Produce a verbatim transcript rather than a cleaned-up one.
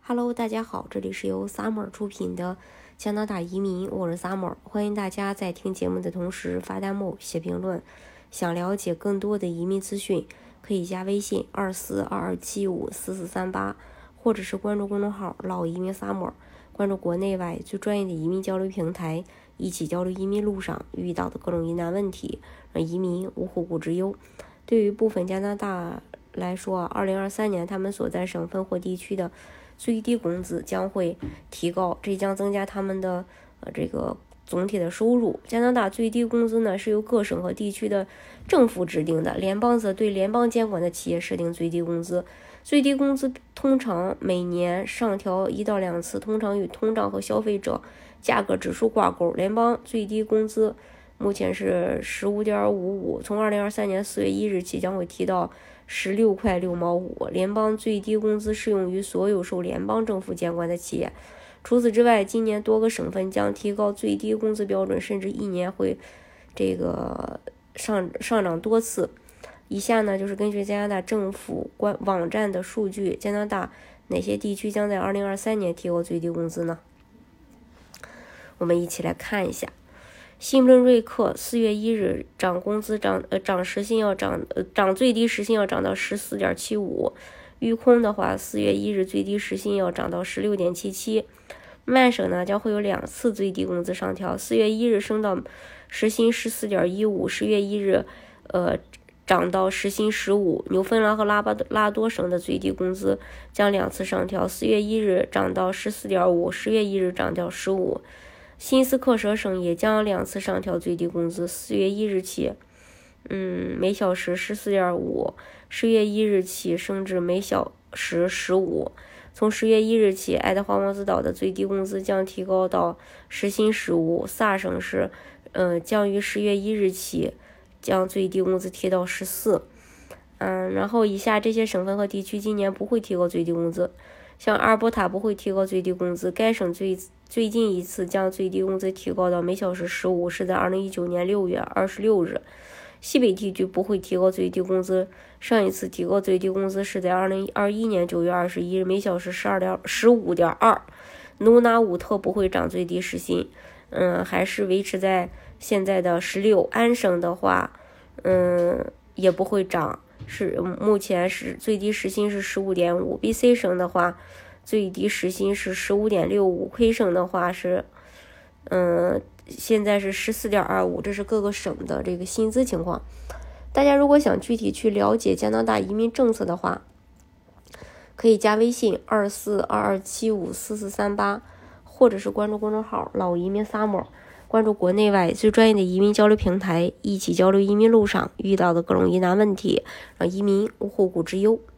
Hello， 大家好，这里是由 Summer 出品的加拿大移民，我是 Summer， 欢迎大家在听节目的同时发弹幕、写评论。想了解更多的移民资讯，可以加微信二四二二七五四四三八，或者是关注公众号老移民 Summer， 关注国内外最专业的移民交流平台，一起交流移民路上遇到的各种疑难问题，让移民无后顾之忧。对于部分加拿大来说，二零二三年他们所在省份或地区的最低工资将会提高，这将增加他们的呃这个总体的收入。加拿大最低工资呢是由各省和地区的政府制定的，联邦则对联邦监管的企业设定最低工资。最低工资通常每年上调一到两次，通常与通胀和消费者价格指数挂钩。联邦最低工资目前是 十五点五五， 从二零二三年四月一日起将会提到十六块六毛五。联邦最低工资适用于所有受联邦政府监管的企业。除此之外，今年多个省份将提高最低工资标准，甚至一年会这个上上涨多次。以下呢就是根据加拿大政府官网站的数据，加拿大哪些地区将在二零二三年提高最低工资呢？我们一起来看一下。新布伦瑞克四月一日涨工资涨呃涨时薪要涨呃涨最低时薪要涨到 十四点七五， 育空的话四月一日最低时薪要涨到 十六点七七。曼省呢将会有两次最低工资上调，四月一日升到时薪 十四点一五， 十月一日呃涨到时薪十五。纽芬兰和拉巴拉多省的最低工资将两次上调，四月一日涨到 十四点五， 十月一日涨到十五。新斯克舍省也将两次上调最低工资，四月一日起，嗯，每小时 十四点五， 十月一日起升至每小时十五。从十月一日起，爱德华王子岛的最低工资将提高到时薪十五。萨省是，呃，将于十月一日起将最低工资提到十四。嗯，然后以下这些省份和地区今年不会提高最低工资。像阿尔伯塔不会提高最低工资，该省最最近一次将最低工资提高到每小时十五是在二零一九年六月二十六日。西北地区不会提高最低工资，上一次提高最低工资是在二零二一年九月二十一日，每小时十二点十五点二。努纳武特不会涨最低时薪，嗯，还是维持在现在的十六。安省的话，嗯，也不会涨。是目前是最低时薪是 十五点五。 B C 省的话最低时薪是 十五点六五， 魁省的话是嗯现在是 十四点二五。 这是各个省的这个薪资情况。大家如果想具体去了解加拿大移民政策的话，可以加微信二四二二七五四四三八，或者是关注公众号老移民 Summer，关注国内外最专业的移民交流平台，一起交流移民路上遇到的各种疑难问题，让移民无后顾之忧。